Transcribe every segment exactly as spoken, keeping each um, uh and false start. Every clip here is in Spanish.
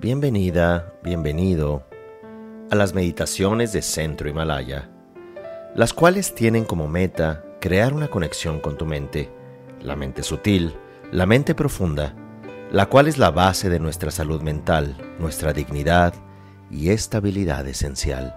Bienvenida, bienvenido a las meditaciones de Centro Himalaya, las cuales tienen como meta crear una conexión con tu mente, la mente sutil, la mente profunda, la cual es la base de nuestra salud mental, nuestra dignidad y estabilidad esencial.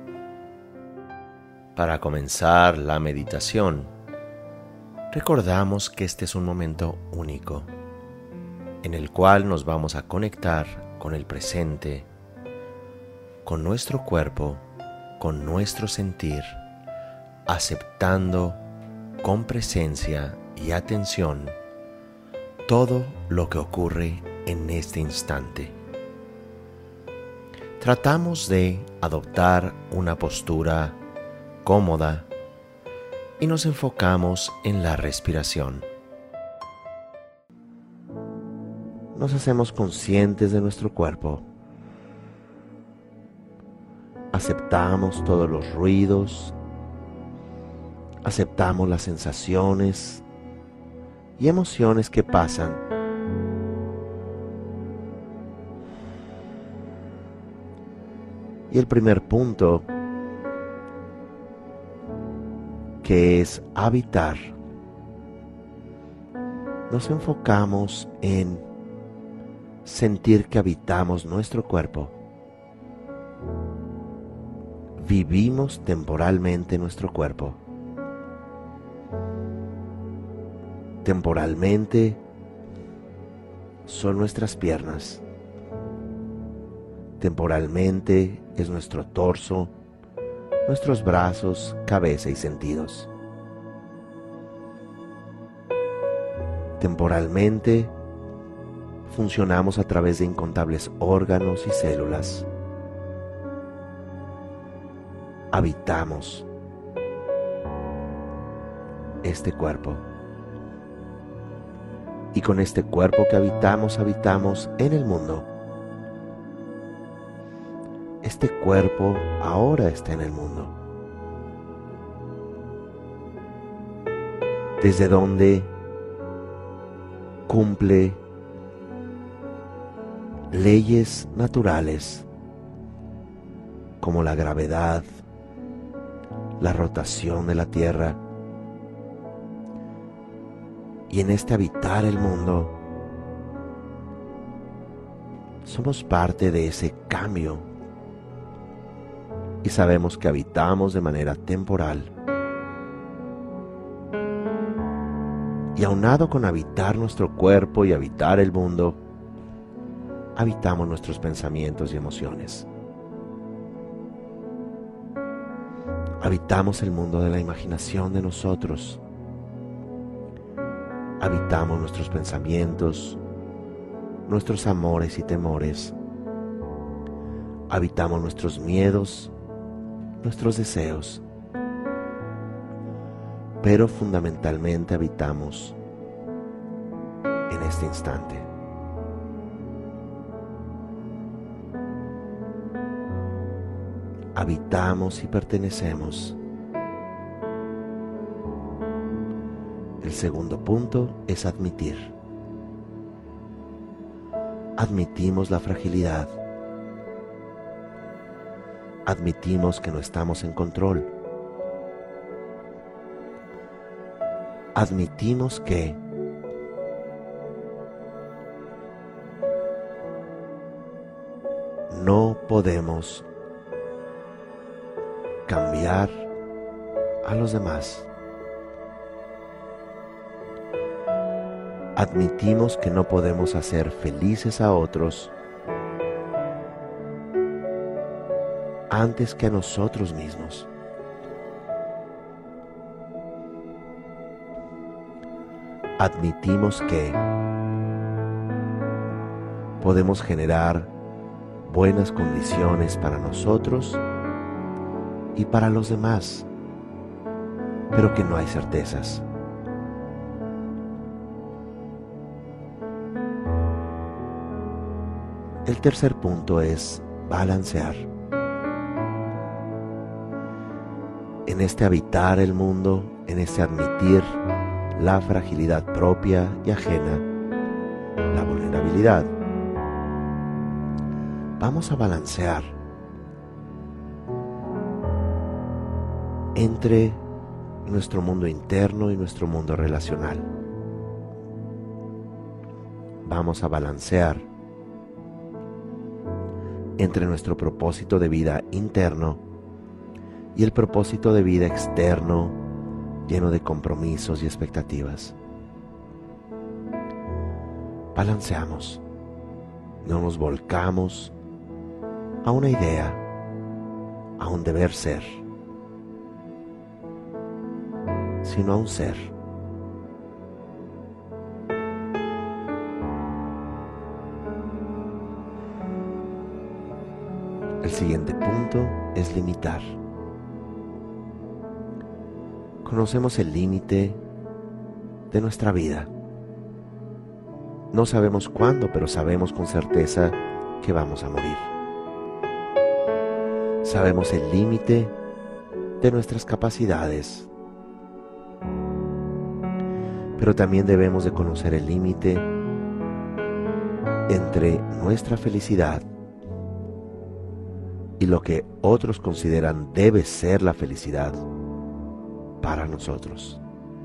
Para comenzar la meditación, recordamos que este es un momento único, en el cual nos vamos a conectar con el presente, con nuestro cuerpo, con nuestro sentir, aceptando con presencia y atención todo lo que ocurre en este instante. Tratamos de adoptar una postura cómoda y nos enfocamos en la respiración. Nos hacemos conscientes de nuestro cuerpo. Aceptamos todos los ruidos, aceptamos las sensaciones y emociones que pasan. Y el primer punto, que es habitar, nos enfocamos en sentir que habitamos nuestro cuerpo. Vivimos temporalmente nuestro cuerpo. Temporalmente son nuestras piernas. Temporalmente es nuestro torso, nuestros brazos, cabeza y sentidos. Temporalmente funcionamos a través de incontables órganos y células. Habitamos este cuerpo. Y con este cuerpo que habitamos, habitamos en el mundo. Este cuerpo ahora está en el mundo. Desde donde cumple leyes naturales como la gravedad, la rotación de la Tierra. Y en este habitar el mundo, somos parte de ese cambio y sabemos que habitamos de manera temporal. Y aunado con habitar nuestro cuerpo y habitar el mundo, habitamos nuestros pensamientos y emociones. Habitamos el mundo de la imaginación de nosotros. Habitamos nuestros pensamientos, nuestros amores y temores. Habitamos nuestros miedos, nuestros deseos. Pero fundamentalmente habitamos en este instante. Habitamos y pertenecemos. El segundo punto es admitir. Admitimos la fragilidad. Admitimos que no estamos en control. Admitimos que no podemos cambiar a los demás. Admitimos que no podemos hacer felices a otros antes que a nosotros mismos. Admitimos que podemos generar buenas condiciones para nosotros y para los demás, pero que no hay certezas. El tercer punto es balancear. En este habitar el mundo, en este admitir la fragilidad propia y ajena, la vulnerabilidad, vamos a balancear entre nuestro mundo interno y nuestro mundo relacional. Vamos a balancear entre nuestro propósito de vida interno y el propósito de vida externo, lleno de compromisos y expectativas. Balanceamos, no nos volcamos a una idea, a un deber ser, sino a un ser. El siguiente punto es limitar. Conocemos el límite de nuestra vida. No sabemos cuándo, pero sabemos con certeza que vamos a morir. Sabemos el límite de nuestras capacidades, pero también debemos de conocer el límite entre nuestra felicidad y lo que otros consideran debe ser la felicidad para nosotros.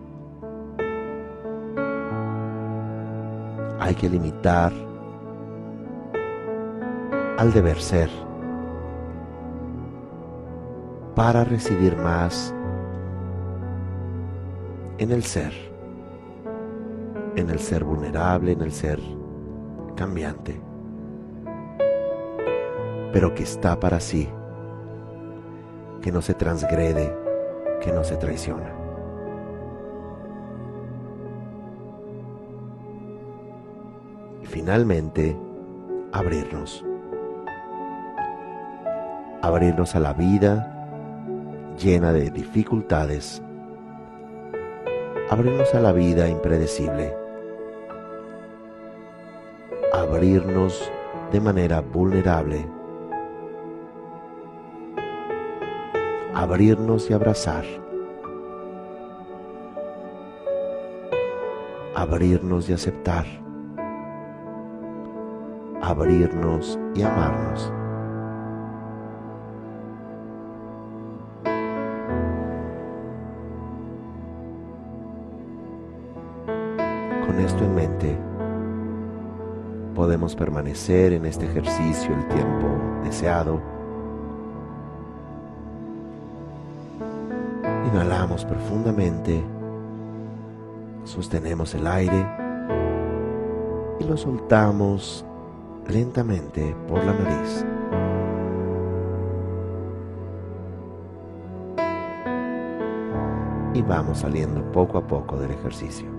Hay que limitar al deber ser para recibir más en el ser, en el ser vulnerable, en el ser cambiante, pero que está para sí, que no se transgrede, que no se traiciona. Y finalmente, abrirnos. Abrirnos a la vida llena de dificultades. Abrirnos a la vida impredecible. Abrirnos de manera vulnerable. Abrirnos y abrazar. Abrirnos y aceptar. Abrirnos y amarnos. Con esto en mente, podemos permanecer en este ejercicio el tiempo deseado. Inhalamos profundamente, sostenemos el aire y lo soltamos lentamente por la nariz. Y vamos saliendo poco a poco del ejercicio.